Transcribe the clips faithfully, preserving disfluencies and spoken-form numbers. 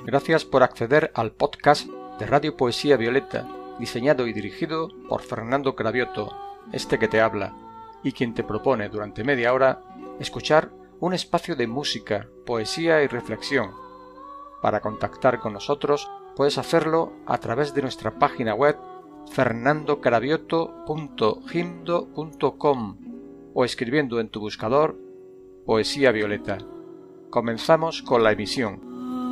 Gracias por acceder al podcast de Radio Poesía Violeta, diseñado y dirigido por Fernando Cravioto, este que te habla, y quien te propone durante media hora escuchar un espacio de música, poesía y reflexión. Para contactar con nosotros puedes hacerlo a través de nuestra página web fernando cravioto punto gimdo punto com o escribiendo en tu buscador Poesía Violeta. Comenzamos con la emisión.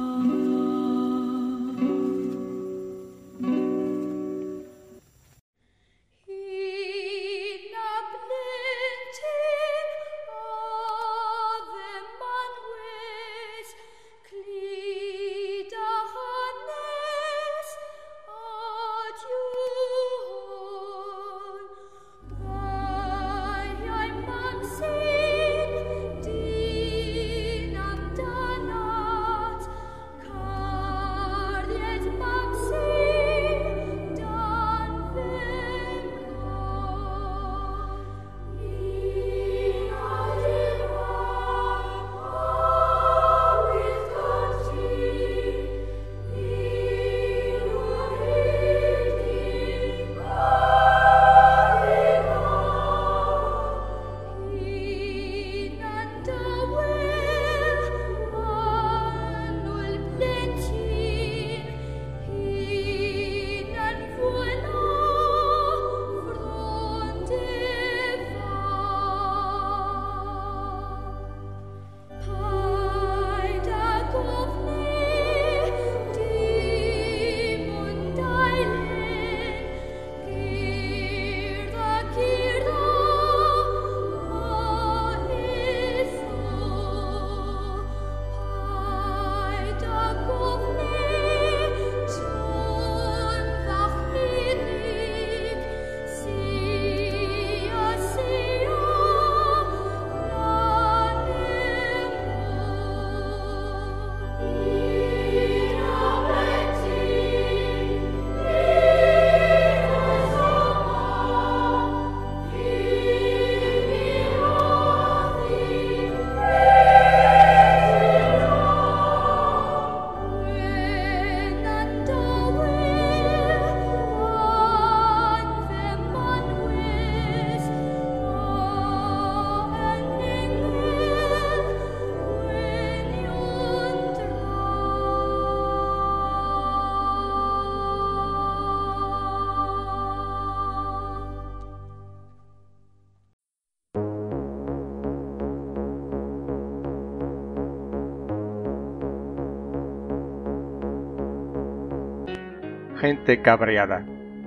Gente cabreada.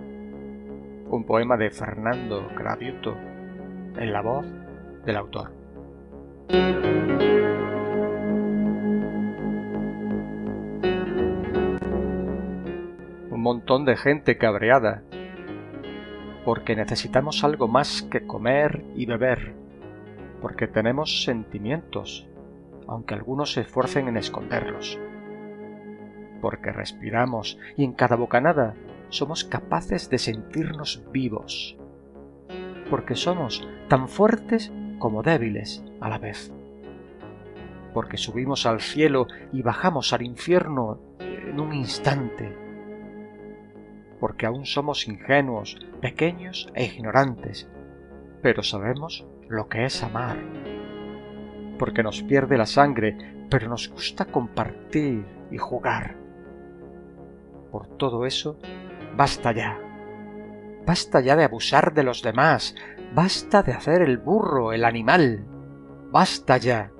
Un poema de Fernando Cravioto en la voz del autor. Un montón de gente cabreada porque necesitamos algo más que comer y beber, porque tenemos sentimientos, aunque algunos se esfuercen en esconderlos, porque respiramos y en cada bocanada somos capaces de sentirnos vivos, porque somos tan fuertes como débiles a la vez, porque subimos al cielo y bajamos al infierno en un instante, porque aún somos ingenuos, pequeños e ignorantes, pero sabemos lo que es amar, porque nos pierde la sangre, pero nos gusta compartir y jugar. Por todo eso, basta ya. Basta ya de abusar de los demás. Basta de hacer el burro, el animal. Basta ya.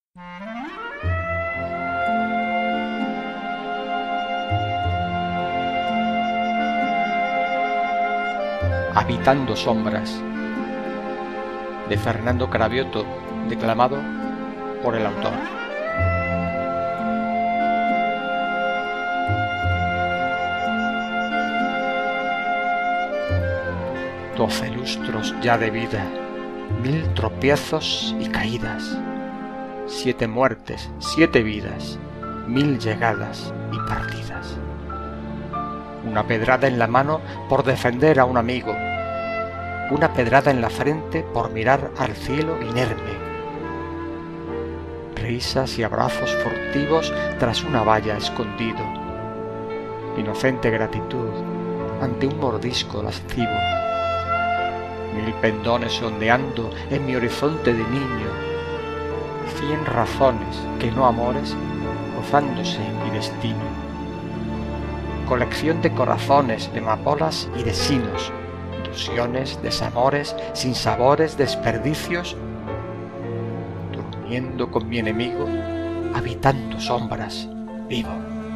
Habitando sombras, de Fernando Cravioto, declamado por el autor. Doce lustros ya de vida, mil tropiezos y caídas, siete muertes, siete vidas, mil llegadas y partidas. Una pedrada en la mano por defender a un amigo, una pedrada en la frente por mirar al cielo inerme. Risas y abrazos furtivos tras una valla escondido. Inocente gratitud ante un mordisco lascivo. Mil pendones ondeando en mi horizonte de niño. Cien razones que no amores gozándose en mi destino. Colección de corazones, de amapolas y de sinos. Ilusiones, desamores, sinsabores, desperdicios, durmiendo con mi enemigo, habitando sombras, vivo.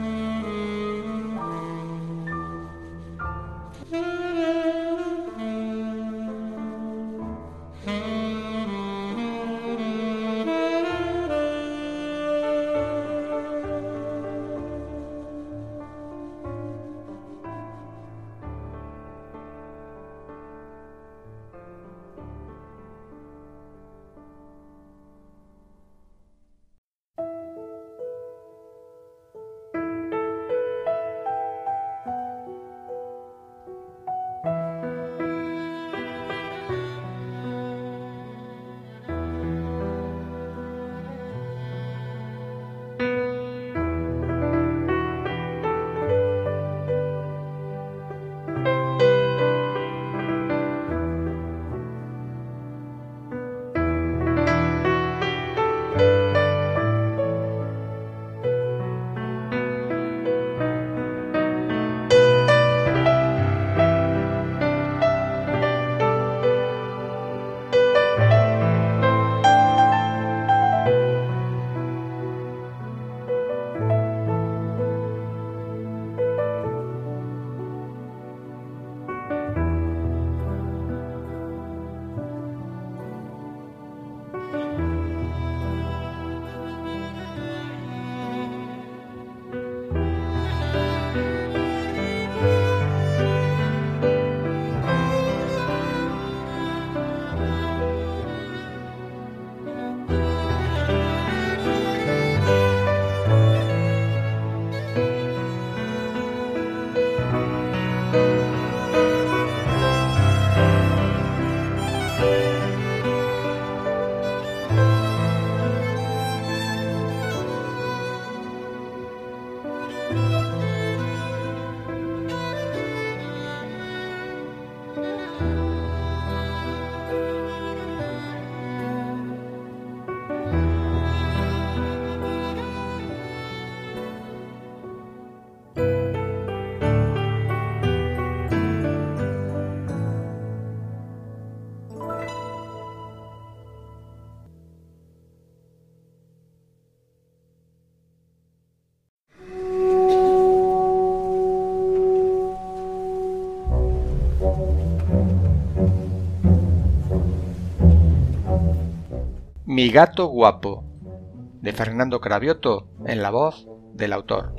Mi gato guapo, de Fernando Cravioto, en la voz del autor.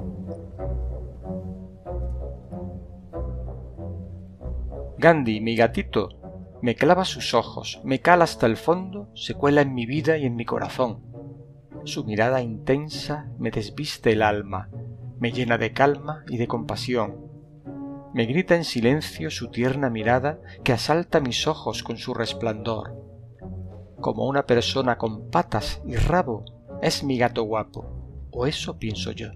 Gandhi, mi gatito, me clava sus ojos, me cala hasta el fondo, se cuela en mi vida y en mi corazón. Su mirada intensa me desviste el alma, me llena de calma y de compasión. Me grita en silencio su tierna mirada que asalta mis ojos con su resplandor. Como una persona con patas y rabo, es mi gato guapo, o eso pienso yo.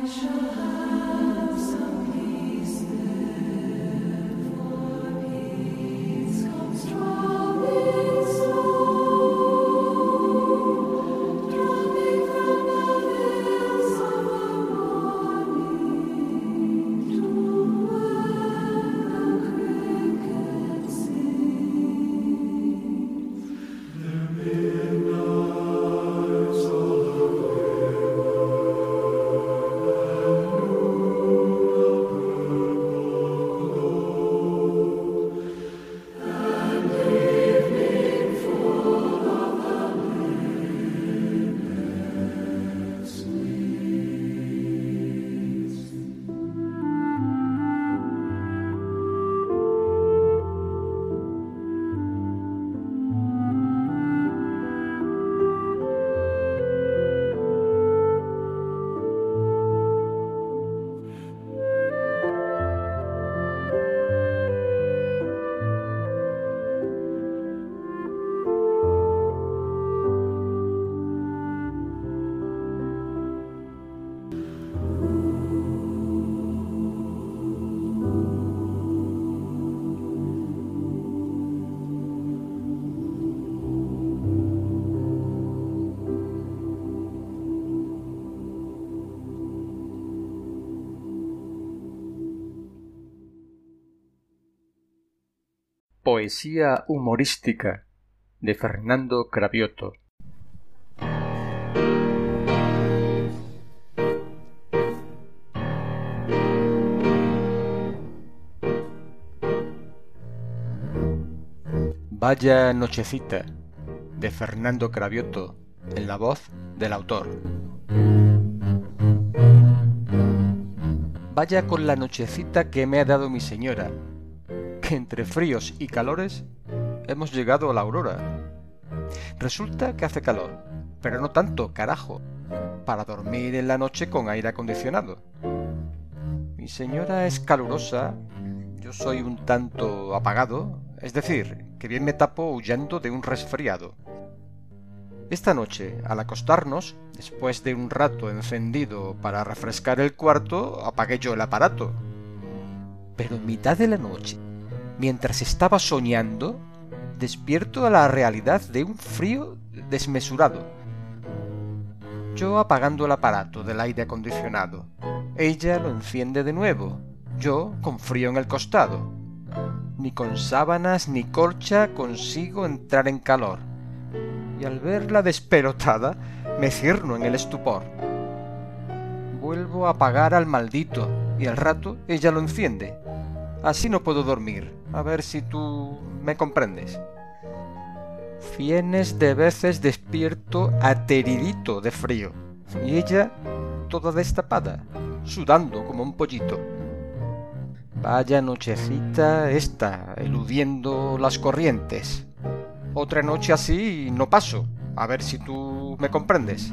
Poesía humorística de Fernando Cravioto. Vaya nochecita de Fernando Cravioto en la voz del autor. Vaya con la nochecita que me ha dado mi señora, que entre fríos y calores hemos llegado a la aurora. Resulta que hace calor, pero no tanto, carajo, para dormir en la noche con aire acondicionado. Mi señora es calurosa, yo soy un tanto apagado, es decir, que bien me tapo huyendo de un resfriado. Esta noche, al acostarnos, después de un rato encendido para refrescar el cuarto, apagué yo el aparato. Pero en mitad de la noche, mientras estaba soñando, despierto a la realidad de un frío desmesurado. Yo apagando el aparato del aire acondicionado, ella lo enciende de nuevo, yo con frío en el costado. Ni con sábanas ni colcha consigo entrar en calor, y al verla despelotada me cierno en el estupor. Vuelvo a apagar al maldito, y al rato ella lo enciende. Así no puedo dormir, a ver si tú me comprendes. Cienes de veces despierto ateridito de frío, y ella toda destapada, sudando como un pollito. Vaya nochecita esta, eludiendo las corrientes. Otra noche así no paso, a ver si tú me comprendes.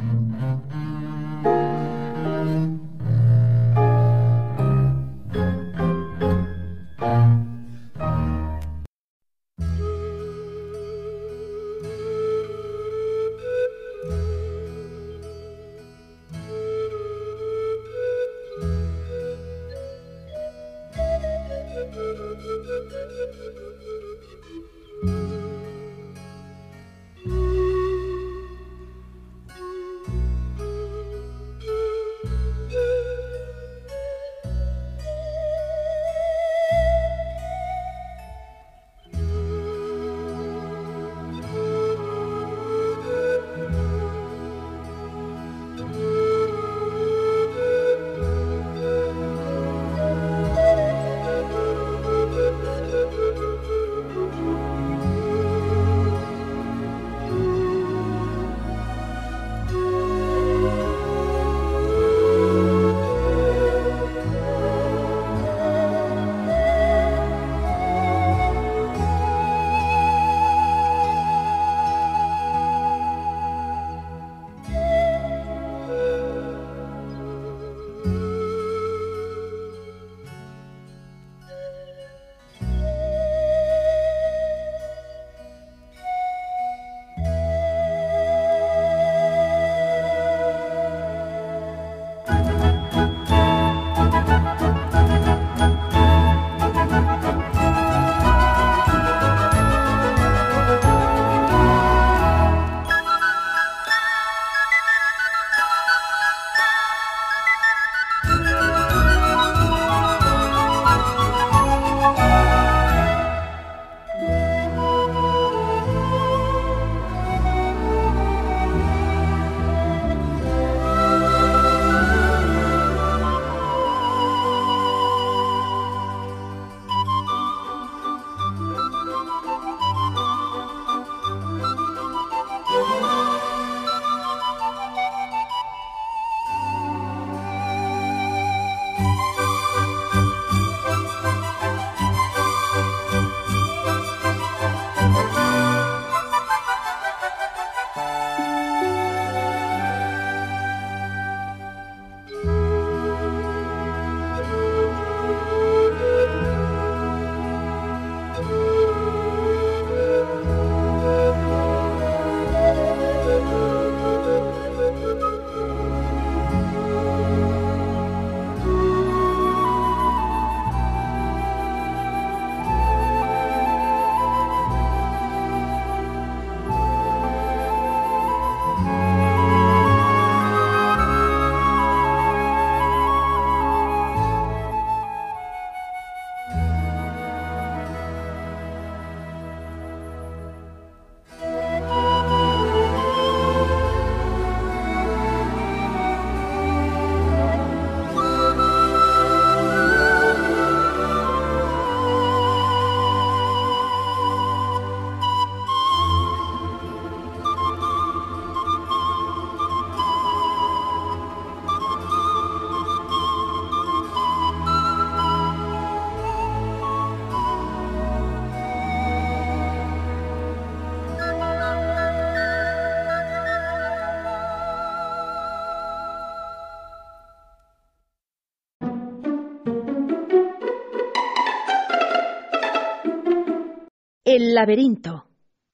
El laberinto.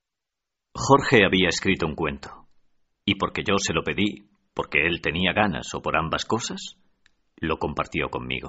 Jorge había escrito un cuento, y porque yo se lo pedí, porque él tenía ganas o por ambas cosas, lo compartió conmigo.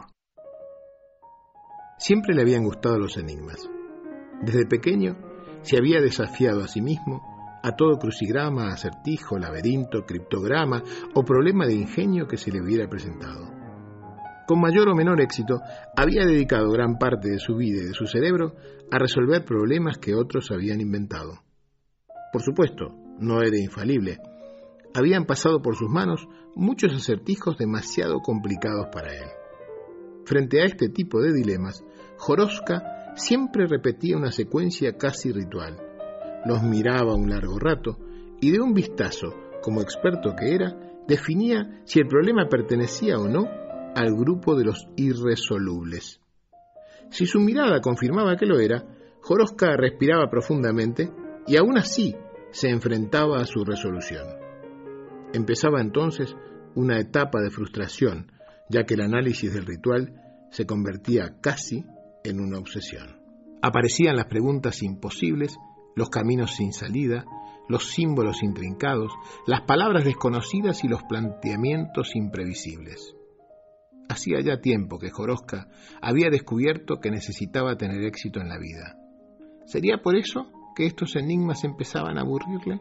Siempre le habían gustado los enigmas. Desde pequeño se había desafiado a sí mismo a todo crucigrama, acertijo, laberinto, criptograma o problema de ingenio que se le hubiera presentado. Con mayor o menor éxito, había dedicado gran parte de su vida y de su cerebro a resolver problemas que otros habían inventado. Por supuesto, no era infalible. Habían pasado por sus manos muchos acertijos demasiado complicados para él. Frente a este tipo de dilemas, Joroska siempre repetía una secuencia casi ritual. Los miraba un largo rato y de un vistazo, como experto que era, definía si el problema pertenecía o no al grupo de los irresolubles. Si su mirada confirmaba que lo era, Joroska respiraba profundamente y aún así se enfrentaba a su resolución. Empezaba entonces una etapa de frustración, ya que el análisis del ritual se convertía casi en una obsesión. Aparecían las preguntas imposibles, los caminos sin salida, los símbolos intrincados, las palabras desconocidas y los planteamientos imprevisibles. Hacía ya tiempo que Joroska había descubierto que necesitaba tener éxito en la vida. ¿Sería por eso que estos enigmas empezaban a aburrirle?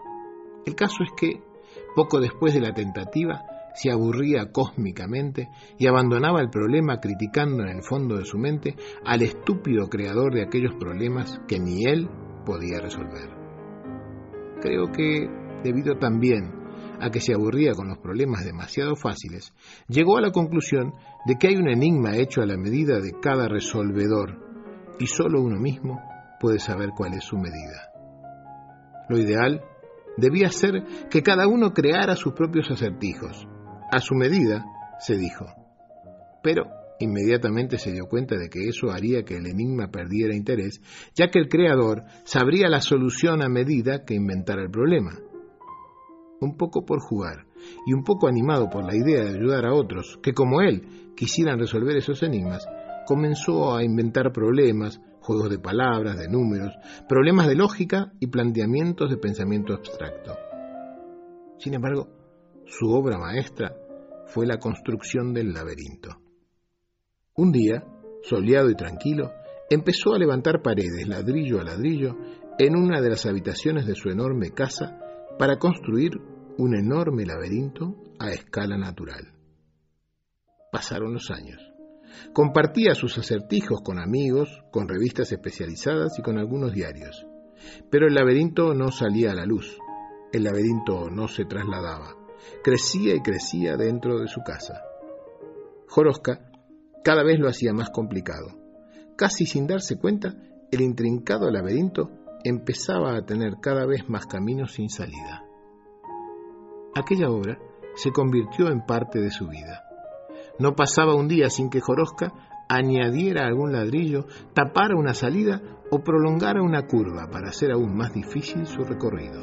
El caso es que, poco después de la tentativa, se aburría cósmicamente y abandonaba el problema criticando en el fondo de su mente al estúpido creador de aquellos problemas que ni él podía resolver. Creo que, debido también a que se aburría con los problemas demasiado fáciles, llegó a la conclusión de que hay un enigma hecho a la medida de cada resolvedor y solo uno mismo puede saber cuál es su medida. Lo ideal debía ser que cada uno creara sus propios acertijos, a su medida, se dijo. Pero inmediatamente se dio cuenta de que eso haría que el enigma perdiera interés, ya que el creador sabría la solución a medida que inventara el problema. Un poco por jugar y un poco animado por la idea de ayudar a otros que, como él, quisieran resolver esos enigmas, comenzó a inventar problemas, juegos de palabras, de números, problemas de lógica y planteamientos de pensamiento abstracto. Sin embargo, su obra maestra fue la construcción del laberinto. Un día, soleado y tranquilo, empezó a levantar paredes, ladrillo a ladrillo, en una de las habitaciones de su enorme casa para construir un enorme laberinto a escala natural. Pasaron los años. Compartía sus acertijos con amigos, con revistas especializadas y con algunos diarios. Pero el laberinto no salía a la luz. El laberinto no se trasladaba. Crecía y crecía dentro de su casa. Joroska cada vez lo hacía más complicado. Casi sin darse cuenta, el intrincado laberinto empezaba a tener cada vez más caminos sin salida. Aquella obra se convirtió en parte de su vida. No pasaba un día sin que Joroska añadiera algún ladrillo, tapara una salida o prolongara una curva para hacer aún más difícil su recorrido.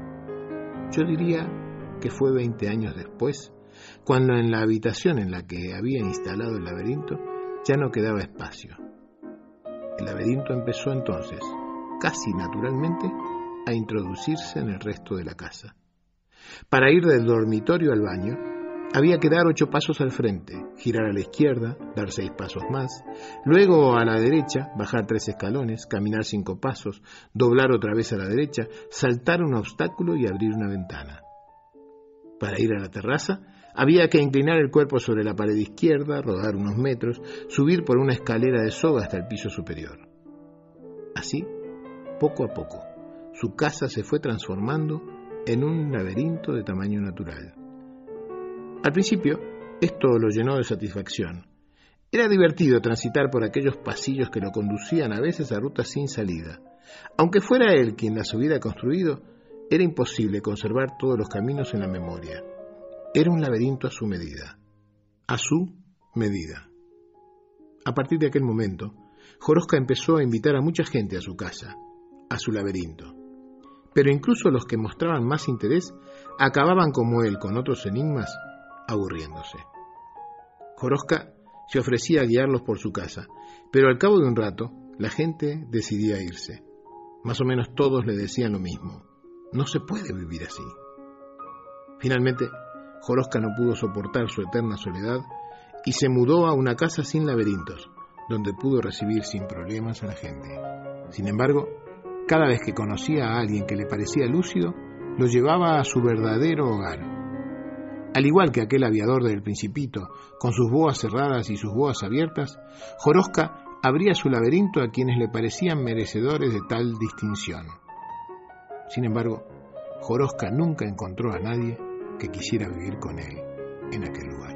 Yo diría que fue veinte años después, cuando en la habitación en la que había instalado el laberinto ya no quedaba espacio. El laberinto empezó entonces, casi naturalmente, a introducirse en el resto de la casa. Para ir del dormitorio al baño, había que dar ocho pasos al frente, girar a la izquierda, dar seis pasos más, luego a la derecha, bajar tres escalones, caminar cinco pasos, doblar otra vez a la derecha, saltar un obstáculo y abrir una ventana. Para ir a la terraza, había que inclinar el cuerpo sobre la pared izquierda, rodar unos metros, subir por una escalera de soga hasta el piso superior. Así, poco a poco, su casa se fue transformando en un laberinto de tamaño natural. Al principio, esto lo llenó de satisfacción. Era divertido transitar por aquellos pasillos que lo conducían a veces a rutas sin salida. Aunque fuera él quien las hubiera construido, era imposible conservar todos los caminos en la memoria. Era un laberinto a su medida. A su medida. A partir de aquel momento, Joroska empezó a invitar a mucha gente a su casa, a su laberinto. Pero incluso los que mostraban más interés acababan como él con otros enigmas, aburriéndose. Joroska se ofrecía a guiarlos por su casa, pero al cabo de un rato la gente decidía irse. Más o menos todos le decían lo mismo: no se puede vivir así. Finalmente, Joroska no pudo soportar su eterna soledad y se mudó a una casa sin laberintos, donde pudo recibir sin problemas a la gente. Sin embargo, cada vez que conocía a alguien que le parecía lúcido, lo llevaba a su verdadero hogar. Al igual que aquel aviador del Principito, con sus boas cerradas y sus boas abiertas, Joroska abría su laberinto a quienes le parecían merecedores de tal distinción. Sin embargo, Joroska nunca encontró a nadie que quisiera vivir con él en aquel lugar.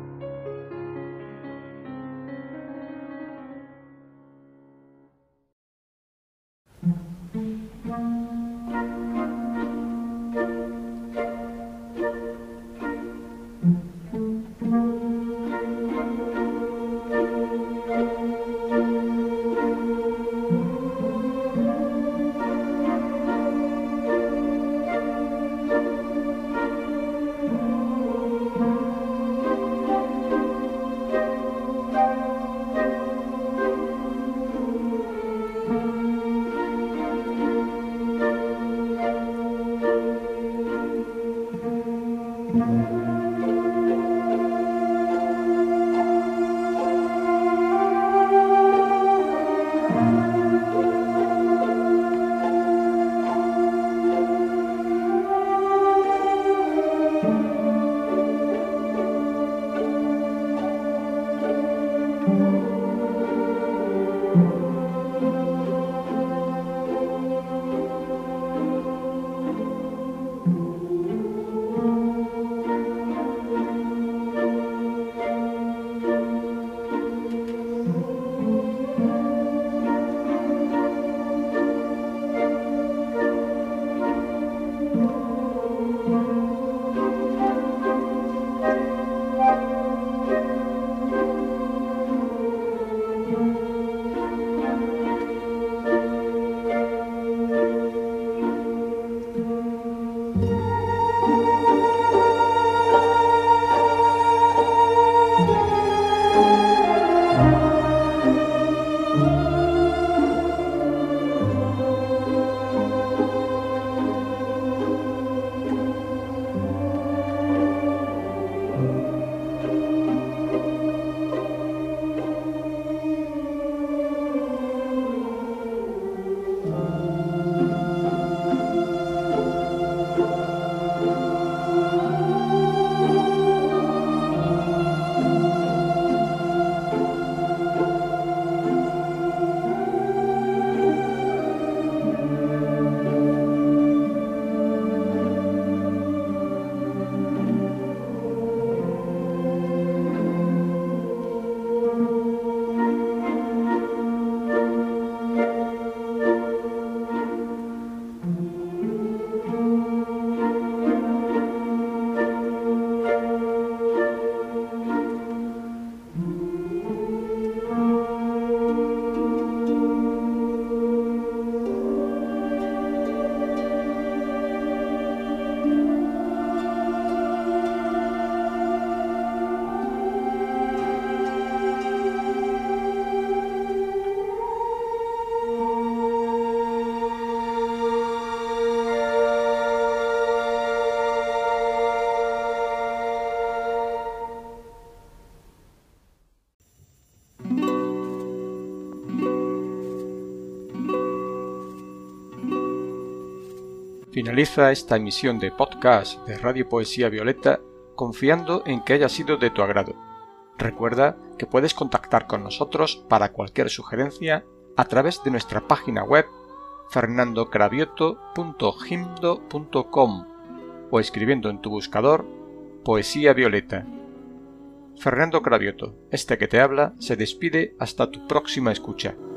Finaliza esta emisión de podcast de Radio Poesía Violeta confiando en que haya sido de tu agrado. Recuerda que puedes contactar con nosotros para cualquier sugerencia a través de nuestra página web fernando cravioto punto gimdo punto com o escribiendo en tu buscador Poesía Violeta. Fernando Cravioto, este que te habla, se despide hasta tu próxima escucha.